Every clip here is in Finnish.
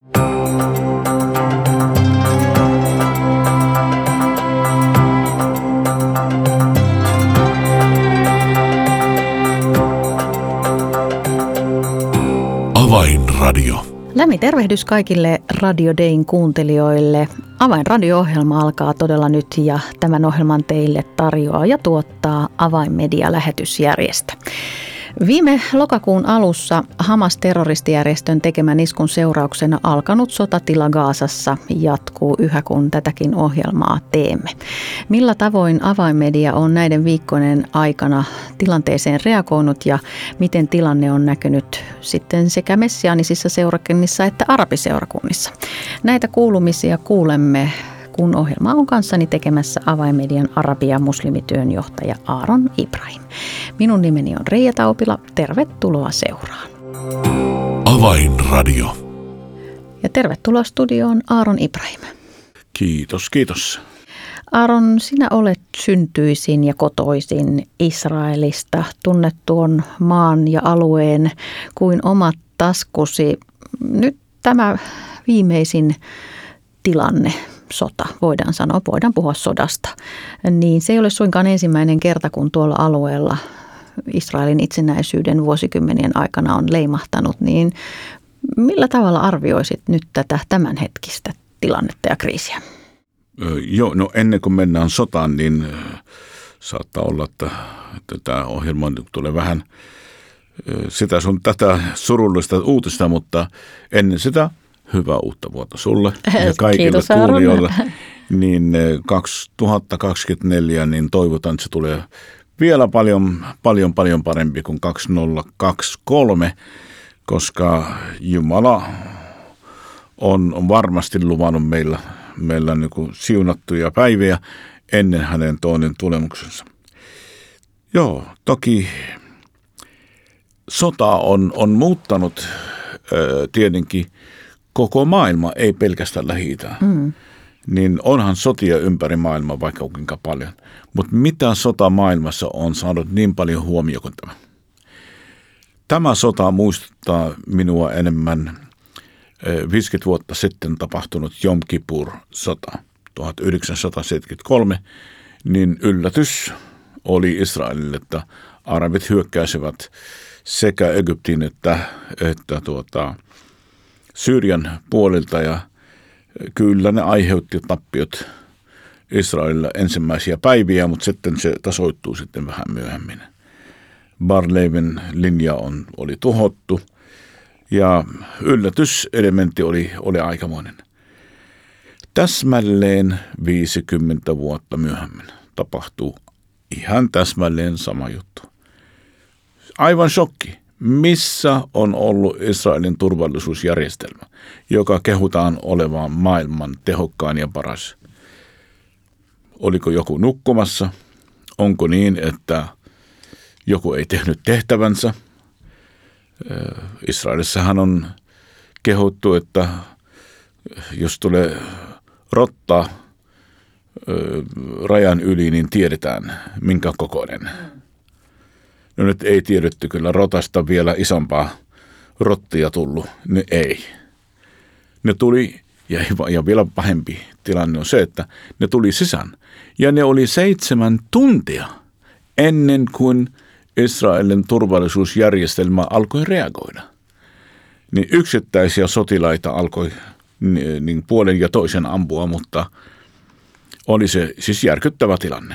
Avainradio. Lämmin tervehdys kaikille Radio Dayn kuuntelijoille. Avainradio-ohjelma alkaa todella nyt ja tämän ohjelman teille tarjoaa ja tuottaa Avainmedia-lähetysjärjestö. Viime lokakuun alussa Hamas-terroristijärjestön tekemän iskun seurauksena alkanut sotatila Gazassa jatkuu yhä, kun tätäkin ohjelmaa teemme. Millä tavoin Avainmedia on näiden viikkojen aikana tilanteeseen reagoinut ja miten tilanne on näkynyt sitten sekä messiaanisissa seurakunnissa että arabiseurakunnissa? Näitä kuulumisia kuulemme, kun ohjelma on kanssani tekemässä Avainmedian arabi- ja muslimityönjohtaja Aaron Ibrahim. Minun nimeni on Reija Taupila. Tervetuloa seuraan. Avainradio. Ja tervetuloa studioon Aaron Ibrahim. Kiitos, kiitos. Aaron, sinä olet syntyisin ja kotoisin Israelista. Tunnet tuon maan ja alueen kuin omat taskusi. Nyt tämä viimeisin tilanne, sota, voidaan puhua sodasta, niin se ei ole suinkaan ensimmäinen kerta, kun tuolla alueella Israelin itsenäisyyden vuosikymmenien aikana on leimahtanut, niin millä tavalla arvioisit nyt tätä tämänhetkistä tilannetta ja kriisiä? Joo, no ennen kuin mennään sotaan, niin saattaa olla, että tämä ohjelma tulee vähän sitä sun tätä surullista uutista, mutta ennen sitä hyvää uutta vuotta sulle ja kaikille Kiitos, kuulijoille. Niin 2024, niin toivotan, että se tulee vielä paljon parempi kuin 2023, koska Jumala on varmasti luvannut meillä niin kuin siunattuja päiviä ennen hänen toinen tulemuksensa. Joo, toki sota on muuttanut tietenkin koko maailma, ei pelkästään Lähi-Itää. Niin onhan sotia ympäri maailmaa vaikka kuinka paljon. Mutta mitä sota maailmassa on saanut niin paljon huomioon kuin tämä? Tämä sota muistuttaa minua enemmän 50 vuotta sitten tapahtunut Jom Kippur-sota 1973. Niin yllätys oli Israelille, että arabit hyökkäisivät sekä Egyptin että Syyrian puolilta ja kyllä ne aiheutti tappiot Israelilla ensimmäisiä päiviä, mutta sitten se tasoittuu sitten vähän myöhemmin. Bar-Leivin linja oli tuhottu ja yllätyselementti oli aikamoinen. Täsmälleen 50 vuotta myöhemmin tapahtuu ihan täsmälleen sama juttu. Aivan shokki. Missä on ollut Israelin turvallisuusjärjestelmä, joka kehutaan olevan maailman tehokkain ja paras? Oliko joku nukkumassa? Onko niin, että joku ei tehnyt tehtävänsä? Israelissahan on kehuttu, että jos tulee rotta rajan yli, niin tiedetään minkä kokoinen. No nyt ei tiedetty kyllä rotasta vielä isompaa rottia tullut. Ne ei. Ne tuli, ja vielä pahempi tilanne on se, että ne tuli sisään. Ja ne oli 7 tuntia ennen kuin Israelin turvallisuusjärjestelmä alkoi reagoida. Niin yksittäisiä sotilaita alkoi niin puolen ja toisen ampua, mutta oli se siis järkyttävä tilanne.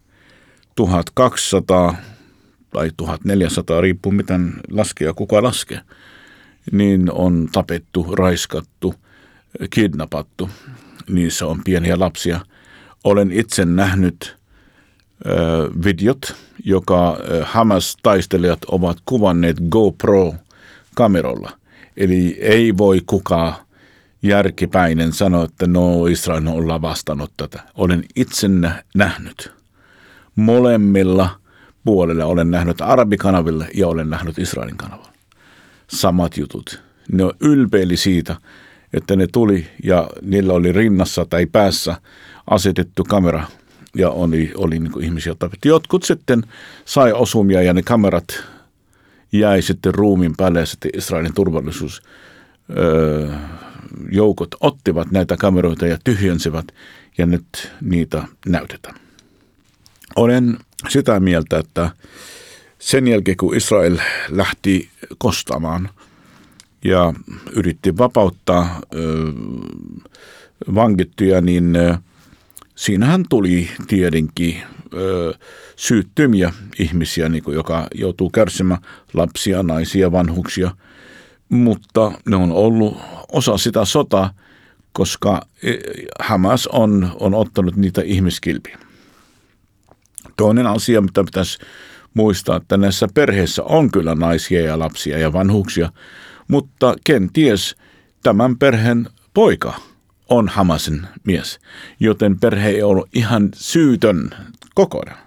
1200 tai 1400, riippuu miten laskee ja kuka laskee, niin on tapettu, raiskattu, kidnappattu. Niissä on pieniä lapsia. Olen itse nähnyt videot, joka Hamas-taistelijat ovat kuvanneet GoPro-kameralla. Eli ei voi kukaan järkipäinen sanoa, että no Israel on lavastanut tätä. Olen itse nähnyt molemmilla puolella. Olen nähnyt arabikanaville ja olen nähnyt Israelin kanavalla. Samat jutut. Ne on ylpeili siitä, että ne tuli ja niillä oli rinnassa tai päässä asetettu kamera ja oli niin kuin ihmisiä tapettu. Jotkut sitten sai osumia ja ne kamerat jäi sitten ruumiin päälle ja sitten Israelin joukot ottivat näitä kameroita ja tyhjensivät ja nyt niitä näytetään. Olen sitä mieltä, että sen jälkeen kun Israel lähti kostamaan ja yritti vapauttaa vangittuja, niin siinähän tuli tietenkin syyttömiä ihmisiä, niin kuin joka joutuu kärsimään, lapsia, naisia, vanhuksia, mutta ne on ollut osa sitä sotaa, koska Hamas on ottanut niitä ihmiskilpiä. Toinen asia, mitä pitäisi muistaa, että näissä perheissä on kyllä naisia ja lapsia ja vanhuksia, mutta kenties tämän perheen poika on Hamasin mies, joten perhe ei ollut ihan syytön kokonaan.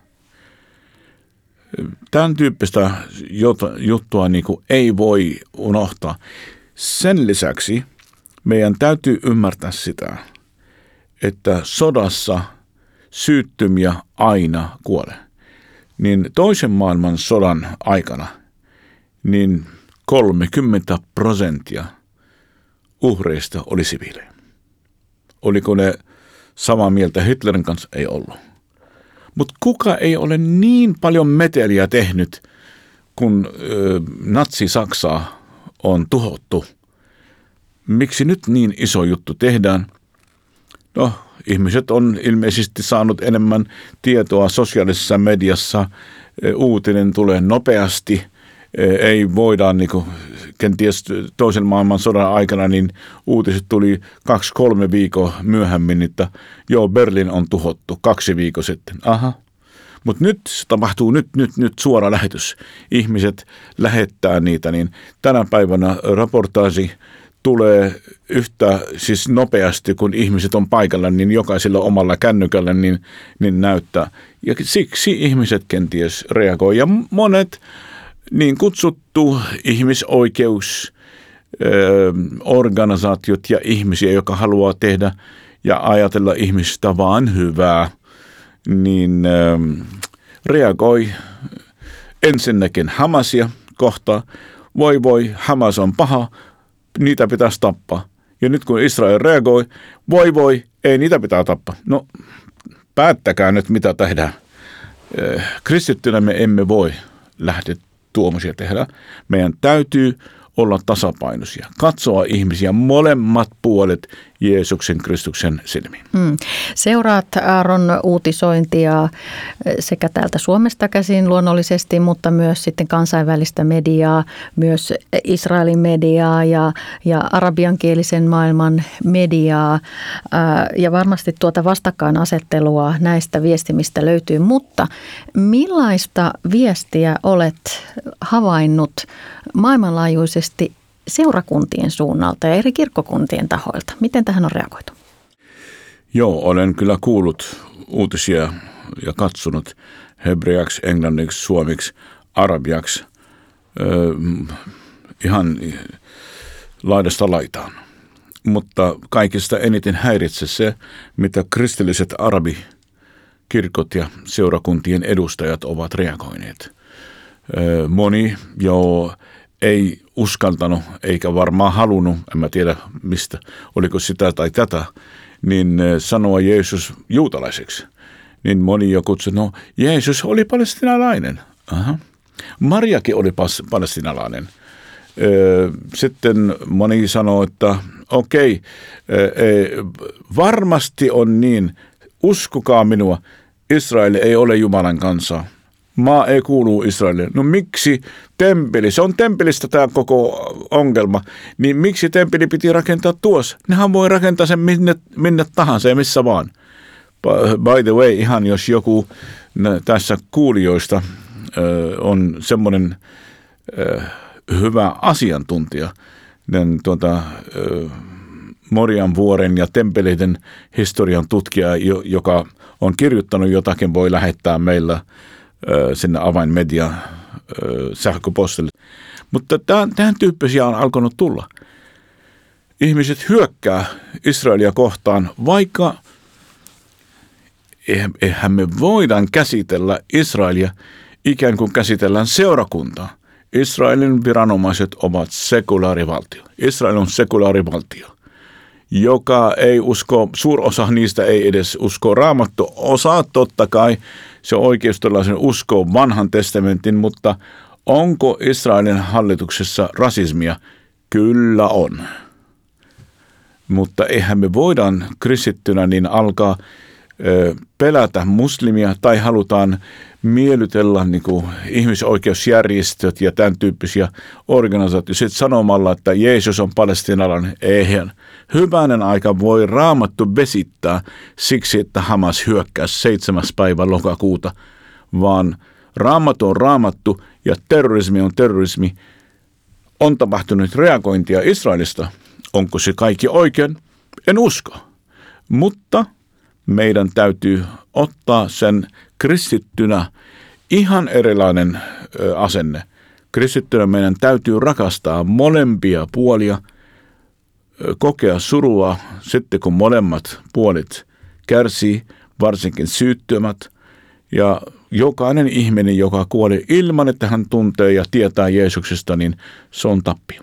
Tämän tyyppistä juttua niin kuin ei voi unohtaa. Sen lisäksi meidän täytyy ymmärtää sitä, että sodassa syyttömiä aina kuolee. Niin toisen maailman sodan aikana niin 30% uhreista oli siviilejä. Oliko ne samaa mieltä Hitlerin kanssa? Ei ollut. Mutta kuka ei ole niin paljon meteliä tehnyt, kun natsi-Saksaa on tuhottu? Miksi nyt niin iso juttu tehdään? No, ihmiset on ilmeisesti saanut enemmän tietoa sosiaalisessa mediassa. Uutinen tulee nopeasti. Ei voida, niin kuin kenties toisen maailmansodan aikana, niin uutiset tuli 2-3 viikkoa myöhemmin, että joo, Berliin on tuhottu 2 viikkoa sitten. Aha. Mutta nyt se tapahtuu nyt suora lähetys. Ihmiset lähettää niitä, niin tänä päivänä raportaasi tulee yhtä siis nopeasti, kun ihmiset on paikalla, niin jokaisella omalla kännykällä niin näyttää. Ja siksi ihmiset kenties reagoi. Ja monet niin kutsuttu ihmisoikeusorganisaatiot ja ihmisiä, jotka haluaa tehdä ja ajatella ihmistä vaan hyvää, niin reagoi ensinnäkin Hamasia kohtaan. Voi, Hamas on paha, niitä pitäisi tappaa. Ja nyt kun Israel reagoi, voi, ei niitä pitää tappaa. No, päättäkää nyt mitä tehdään. Kristittynä me emme voi lähteä tuommoisia tehdä. Meidän täytyy olla tasapainoisia, katsoa ihmisiä molemmat puolet Jeesuksen Kristuksen silmiin. Seuraat, Aaron, uutisointia sekä täältä Suomesta käsin luonnollisesti, mutta myös sitten kansainvälistä mediaa, myös Israelin mediaa ja arabiankielisen maailman mediaa. Ja varmasti tuota vastakkainasettelua näistä viestimistä löytyy, mutta millaista viestiä olet havainnut maailmanlaajuisesti seurakuntien suunnalta ja eri kirkkokuntien tahoilta? Miten tähän on reagoitu? Joo, olen kyllä kuullut uutisia ja katsonut hebreaksi, englanniksi, suomiksi, arabiaksi ihan laidasta laitaan. Mutta kaikista eniten häiritsee se, mitä kristilliset arabikirkot ja seurakuntien edustajat ovat reagoineet. Moni jo ei uskaltanut eikä varmaan halunnut, en mä tiedä mistä, oliko sitä tai tätä, niin sanoa Jeesus juutalaiseksi. Niin moni jo kutsui, no Jeesus oli palestiinalainen. Aha. Mariakin oli palestiinalainen. Sitten moni sanoi, että okei, varmasti on niin, uskokaa minua, Israel ei ole Jumalan kansaa. Maa ei kuulu Israelille. No miksi temppeli? Se on temppelistä tämä koko ongelma. Niin miksi temppeli piti rakentaa tuossa? Nehän voi rakentaa sen minne tahansa ja missä vaan. By the way, ihan jos joku tässä kuulijoista on semmoinen hyvä asiantuntija, niin Morian vuoren ja temppeleiden historian tutkija, joka on kirjoittanut jotakin, voi lähettää meillä sinne avainmedia sähköpostille. Mutta tähän tyyppisiä on alkanut tulla. Ihmiset hyökkää Israelia kohtaan, vaikka eihän me voidaan käsitellä Israelia ikään kuin käsitellään seurakuntaa. Israelin viranomaiset ovat sekulaarivaltio. Israel on sekulaarivaltio. joka ei usko, suurosa niistä ei edes usko Raamattu. Osa totta kai se oikeistolaisen uskoo vanhan testamentin, mutta onko Israelin hallituksessa rasismia? Kyllä on. Mutta eihän me voidaan kristittynä niin alkaa pelätä muslimia tai halutaan miellytellä niin kuin ihmisoikeusjärjestöt ja tämän tyyppisiä organisaatioita sanomalla, että Jeesus on palestiinalainen. Eihän hyvänen aika voi Raamattu vesittää siksi, että Hamas hyökkäsi 7. päivä lokakuuta, vaan Raamattu on Raamattu ja terrorismi on terrorismi. On tapahtunut reagointia Israelista. Onko se kaikki oikein? En usko. Mutta meidän täytyy ottaa sen kristittynä ihan erilainen asenne. Kristittynä meidän täytyy rakastaa molempia puolia, kokea surua sitten kun molemmat puolet kärsii, varsinkin syyttömät. Ja jokainen ihminen, joka kuolee ilman, että hän tuntee ja tietää Jeesuksesta, niin se on tappio.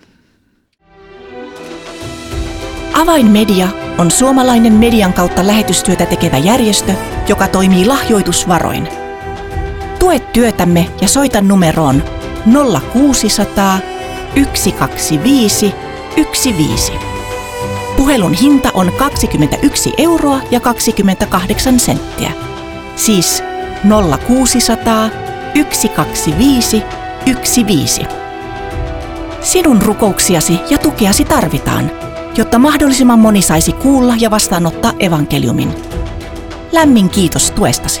Avainmedia on suomalainen median kautta lähetystyötä tekevä järjestö, joka toimii lahjoitusvaroin. Tue työtämme ja soita numeroon 0600 125 15. Puhelun hinta on 21 € ja 28 senttiä. Siis 0600 125 15. Sinun rukouksiasi ja tukeasi tarvitaan, jotta mahdollisimman moni saisi kuulla ja vastaanottaa evankeliumin. Lämmin kiitos tuestasi.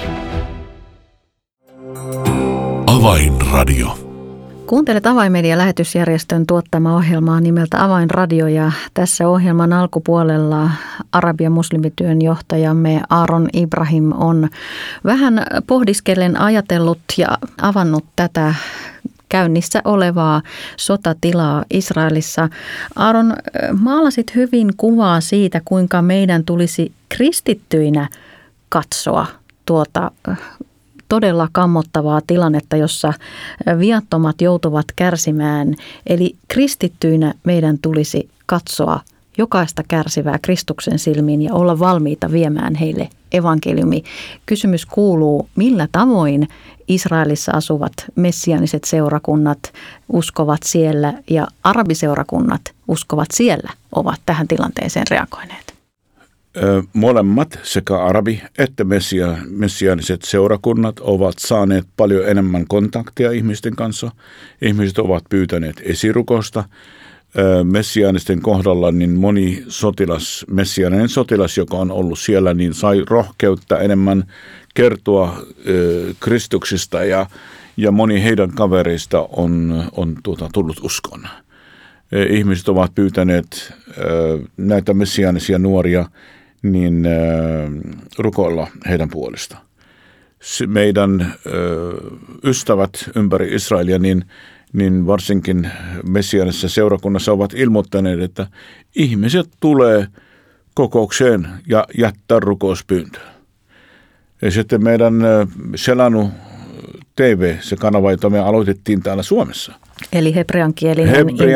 Avainradio. Kuuntelet Avainmedia-lähetysjärjestön tuottamaa ohjelmaa nimeltä Avainradio ja tässä ohjelman alkupuolella Arabian muslimityön johtajamme Aaron Ibrahim on vähän pohdiskellen ajatellut ja avannut tätä käynnissä olevaa sotatilaa Israelissa. Aaron, maalasit hyvin kuvaa siitä, kuinka meidän tulisi kristittyinä katsoa tuota todella kammottavaa tilannetta, jossa viattomat joutuvat kärsimään. Eli kristittyinä meidän tulisi katsoa jokaista kärsivää Kristuksen silmiin ja olla valmiita viemään heille evankeliumi. Kysymys kuuluu, millä tavoin Israelissa asuvat messianiset seurakunnat uskovat siellä ja arabiseurakunnat uskovat siellä ovat tähän tilanteeseen reagoineet? Molemmat, sekä arabi- että messiaaniset seurakunnat ovat saaneet paljon enemmän kontaktia ihmisten kanssa. Ihmiset ovat pyytäneet esirukosta. Messiaanisten kohdalla niin moni messiaaninen sotilas, joka on ollut siellä, niin sai rohkeutta enemmän kertoa Kristuksesta ja moni heidän kavereista on tullut uskon. Ihmiset ovat pyytäneet näitä messiaanisia nuoria niin rukoilla heidän puolesta. Meidän ystävät ympäri Israelia, niin varsinkin messiaanisessa seurakunnassa ovat ilmoittaneet, että ihmiset tulee kokoukseen ja jättää rukouspyyntö. Ja sitten meidän Selanu TV, se kanava, jota me aloitettiin täällä Suomessa. Eli hebreankielinen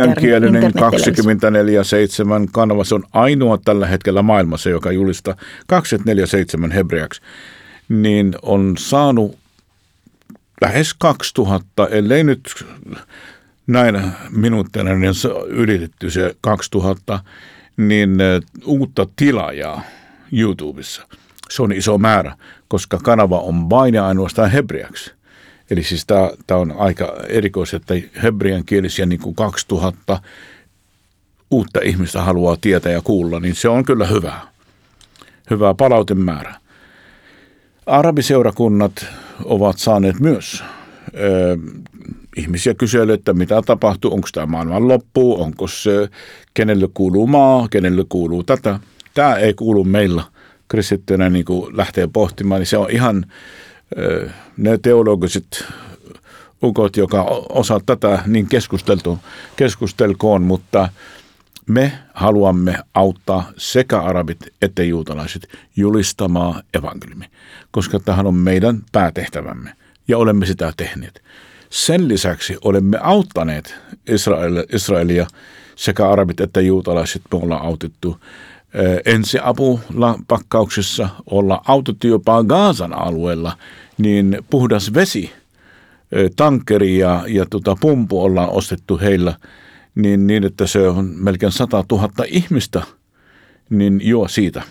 24/7 kanava, se on ainoa tällä hetkellä maailmassa, joka julistaa 24/7 hebreaksi, niin on saanut lähes 2000, ellei nyt näinä minuutteina niin on ylitetty se 2000, niin uutta tilaajaa YouTubessa. Se on iso määrä, koska kanava on vain ja ainoastaan hebreaksi. Eli siis tämä on aika erikoista, että hebreankielisiä niin kuin 2000 uutta ihmistä haluaa tietää ja kuulla, niin se on kyllä hyvä palautemäärä. Arabiseurakunnat ovat saaneet myös ihmisiä kysellä, että mitä tapahtuu, onko tämä maailman loppu, onko se, kenelle kuuluu maa, kenelle kuuluu tätä. Tämä ei kuulu meillä kristittynä niin kuin lähtee pohtimaan, niin se on ihan ne teologiset ukot, joka osaa tätä niin keskustelkoon, mutta me haluamme auttaa sekä arabit että juutalaiset julistamaan evankeliumi, koska tämähän on meidän päätehtävämme ja olemme sitä tehneet. Sen lisäksi olemme auttaneet Israelia sekä arabit että juutalaiset. Me ollaan autettu ensiapupakkauksessa olla autotyöpaa Gazan alueella, niin puhdas vesi, tankkeri ja pumpu ollaan ostettu heillä, niin että se on melkein 100 000 ihmistä, niin juo siitä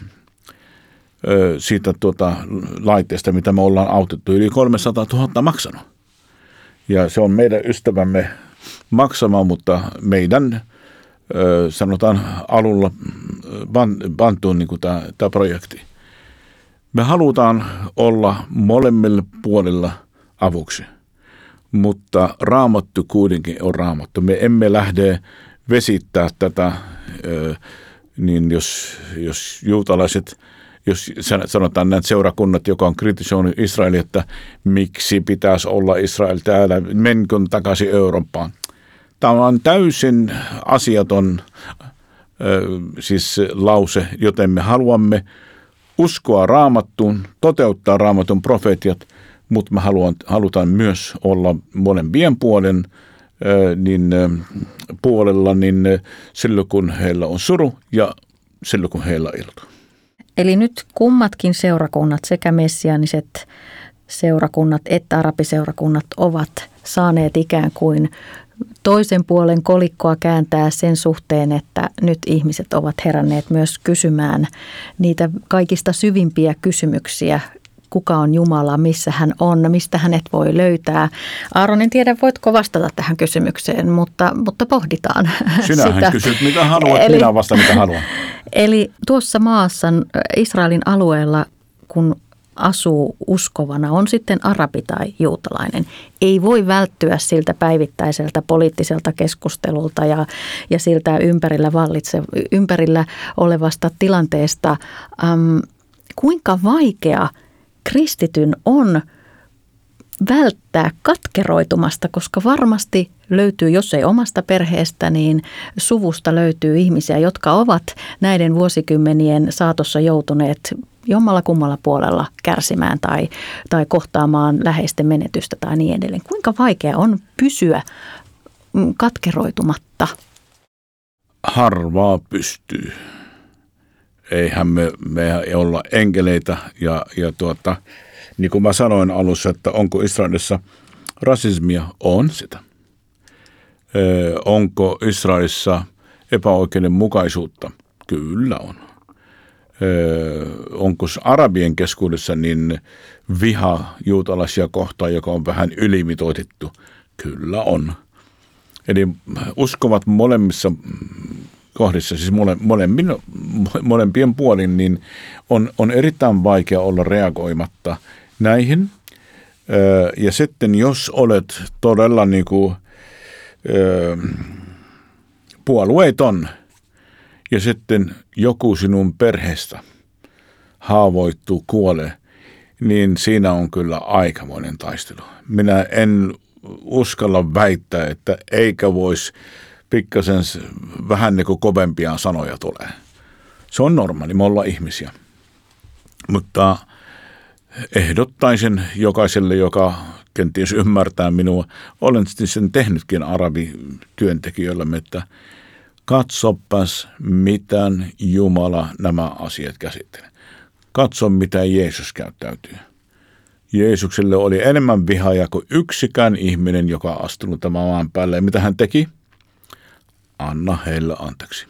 laitteesta, mitä me ollaan autettu, yli 300 000 maksanut. Ja se on meidän ystävämme maksama, mutta meidän sanotaan alulla bantuun niin tämä projekti. Me halutaan olla molemmilla puolilla avuksi, mutta Raamattu kuitenkin on Raamattu. Me emme lähde vesittää tätä, niin jos juutalaiset, jos sanotaan näitä seurakunnat, joka on kritisoinut Israelia, että miksi pitäisi olla Israel täällä, menkön takaisin Eurooppaan. Tämä on täysin asiaton siis lause, joten me haluamme uskoa Raamattuun, toteuttaa Raamatun profeetiat, mutta me halutaan myös olla molempien puolella niin silloin, kun heillä on suru ja silloin, kun heillä on ilta. Eli nyt kummatkin seurakunnat, sekä messiaaniset seurakunnat että arabiseurakunnat, ovat saaneet ikään kuin toisen puolen kolikkoa kääntää sen suhteen, että nyt ihmiset ovat heränneet myös kysymään niitä kaikista syvimpiä kysymyksiä. Kuka on Jumala, missä hän on, mistä hänet voi löytää. Aaron, en tiedä, voitko vastata tähän kysymykseen, mutta pohditaan Sinähän sitä. kysyt, mitä haluat, minä vastaan, mitä haluan. Eli tuossa maassa, Israelin alueella, kun asuu uskovana, on sitten arabi tai juutalainen, ei voi välttyä siltä päivittäiseltä poliittiselta keskustelulta ja siltä ympärillä olevasta tilanteesta. Kuinka vaikea kristityn on välttää katkeroitumasta, koska varmasti löytyy, jos ei omasta perheestä, niin suvusta löytyy ihmisiä, jotka ovat näiden vuosikymmenien saatossa joutuneet jommalla kummalla puolella kärsimään tai kohtaamaan läheisten menetystä tai niin edelleen. Kuinka vaikea on pysyä katkeroitumatta? Harvaa pystyy. Eihän me olla enkeleitä ja niin kuin mä sanoin alussa, että onko Israelissa rasismia? On sitä. Onko Israelissa epäoikeudenmukaisuutta? Kyllä on. Onko arabien keskuudessa niin viha juutalaisia kohtaan, joka on vähän ylimitoitettu? Kyllä on. Eli uskovat molemmissa kohdissa, siis molempien puolin, niin on erittäin vaikea olla reagoimatta näihin. Ja sitten jos olet todella niin kuin, puolueeton ja sitten joku sinun perheestä haavoittuu, kuolee, niin siinä on kyllä aikamoinen taistelu. Minä en uskalla väittää, että eikä voisi pikkasen vähän niin kuin kovempia sanoja tulee. Se on normaali, me ollaan ihmisiä. Mutta ehdottaisin jokaiselle, joka kenties ymmärtää minua, olen sen tehnytkin arabityöntekijöille, että katsopas, miten Jumala nämä asiat käsittelee. Katso, mitä Jeesus käyttäytyy. Jeesukselle oli enemmän vihaa kuin yksikään ihminen, joka on astunut tämän maan päälle. Ja mitä hän teki? Anna heille anteeksi.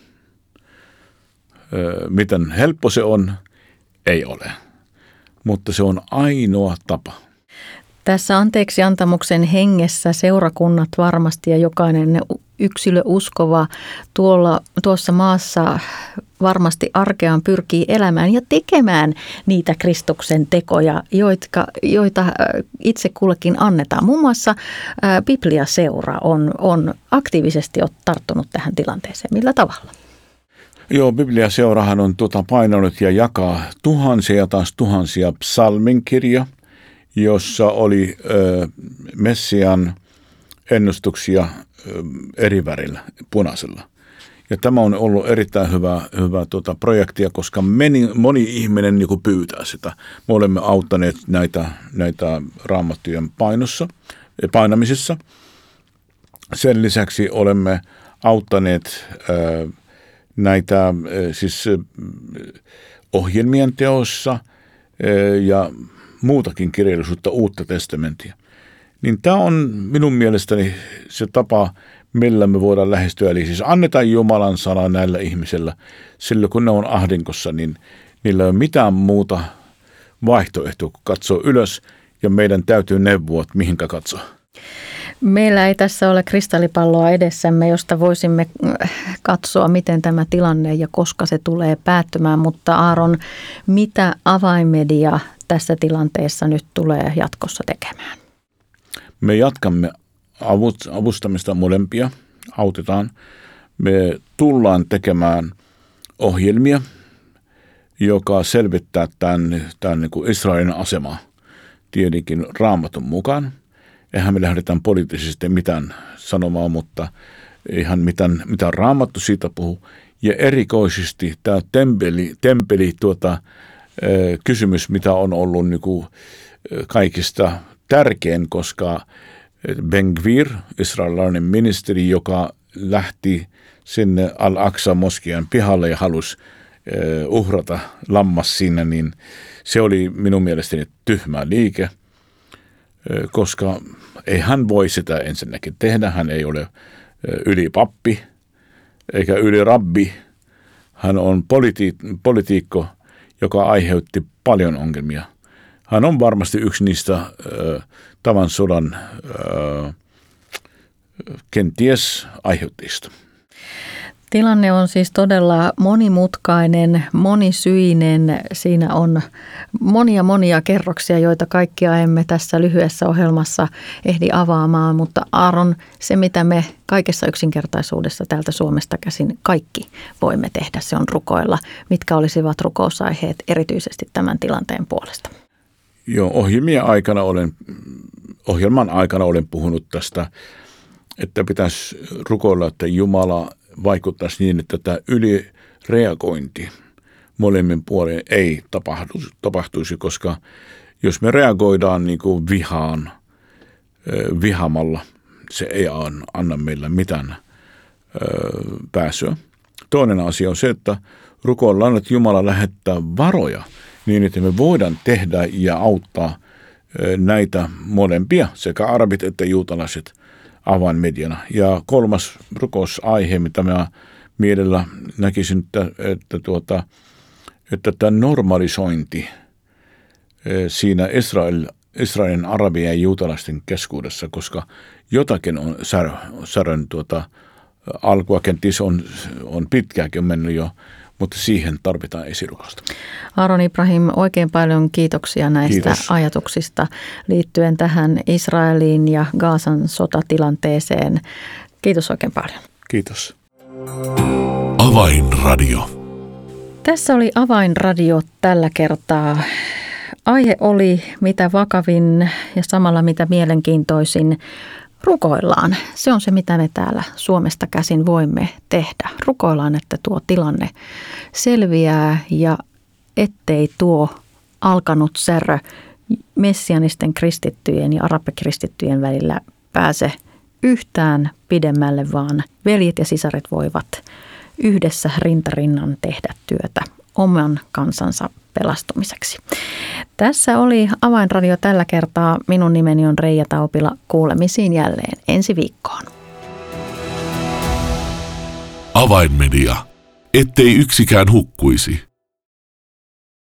Miten helppo se on? Ei ole. Mutta se on ainoa tapa. Tässä anteeksiantamuksen hengessä seurakunnat varmasti ja jokainen yksilö uskova tuossa maassa varmasti arkeaan pyrkii elämään ja tekemään niitä Kristuksen tekoja, joita itse kullekin annetaan. Muun muassa Biblia-seura on aktiivisesti tarttunut tähän tilanteeseen. Millä tavalla? Joo, Biblia-seurahan on painanut ja jakaa tuhansia ja taas tuhansia psalminkirja, jossa oli Messian ennustuksia eri värillä, punaisella. Ja tämä on ollut erittäin hyvä projektia, koska moni ihminen niin pyytää sitä. Me olemme auttaneet näitä raamattujen painamisessa. Sen lisäksi olemme auttaneet näitä siis ohjelmien teossa ja muutakin kirjallisuutta, Uutta testamenttia. Niin tämä on minun mielestäni se tapa, millä me voidaan lähestyä. Eli siis annetaan Jumalan sana näillä ihmisillä. Silloin kun ne on ahdingossa, niin niillä ei ole mitään muuta vaihtoehtoa kuin katsoa ylös ja meidän täytyy neuvoa, mihinkä katsoa. Meillä ei tässä ole kristallipalloa edessämme, josta voisimme katsoa, miten tämä tilanne ja koska se tulee päättymään. Mutta Aaron, mitä avainmedia tässä tilanteessa nyt tulee jatkossa tekemään? Me jatkamme avustamista molempia, autetaan. Me tullaan tekemään ohjelmia, joka selvittää tämän niin kuin Israelin asemaa tietenkin Raamatun mukaan. Eihän me lähdetään poliittisesti mitään sanomaan, mutta ihan mitä Raamattu siitä puhuu. Ja erikoisesti tämä temppeli kysymys, mitä on ollut niin kuin kaikista tärkein, koska Ben-Gvir, israelilainen ministeri, joka lähti sinne Al-Aqsa-moskeijan pihalle ja halusi uhrata lammas siinä, niin se oli minun mielestäni tyhmä liike, koska ei hän voi sitä ensinnäkin tehdä. Hän ei ole ylipappi eikä ylirabbi. Hän on poliitikko, joka aiheutti paljon ongelmia. Hän on varmasti yksi niistä tavan sodan kenties aiheuttajista. Tilanne on siis todella monimutkainen, monisyinen. Siinä on monia kerroksia, joita kaikkia emme tässä lyhyessä ohjelmassa ehdi avaamaan. Mutta Aaron, se mitä me kaikessa yksinkertaisuudessa täältä Suomesta käsin kaikki voimme tehdä, se on rukoilla. Mitkä olisivat rukousaiheet erityisesti tämän tilanteen puolesta? Joo, ohjelman aikana olen puhunut tästä, että pitäisi rukoilla, että Jumala vaikuttaisi niin, että tämä ylireagointi molemmin puolin ei tapahtuisi, koska jos me reagoidaan niin kuin vihaamalla, se ei anna meillä mitään pääsyä. Toinen asia on se, että rukoillaan, että Jumala lähettää varoja niin, että me voidaan tehdä ja auttaa näitä molempia, sekä arabit että juutalaiset avainmediana. Ja kolmas rukousaihe, mitä mä mielellä näkisin, että tämä normalisointi siinä Israelin, arabien ja juutalaisten keskuudessa, koska jotakin on särön alkua, kenties on pitkääkin mennyt jo, mutta siihen tarvitaan esirukousta. Aaron Ibrahim, oikein paljon kiitoksia näistä ajatuksista liittyen tähän Israeliin ja Gazan sotatilanteeseen. Kiitos oikein paljon. Kiitos. Avainradio. Tässä oli Avainradio tällä kertaa. Aihe oli mitä vakavin ja samalla mitä mielenkiintoisin. Rukoillaan. Se on se, mitä me täällä Suomesta käsin voimme tehdä. Rukoillaan, että tuo tilanne selviää ja ettei tuo alkanut särö messianisten kristittyjen ja arabikristittyjen välillä pääse yhtään pidemmälle, vaan veljet ja sisaret voivat yhdessä rintarinnan tehdä työtä oman kansansa pelastumiseksi. Tässä oli Avainradio tällä kertaa. Minun nimeni on Reija Taupila. Kuulemisiin jälleen ensi viikkoon. Avainmedia. Ettei yksikään hukkuisi.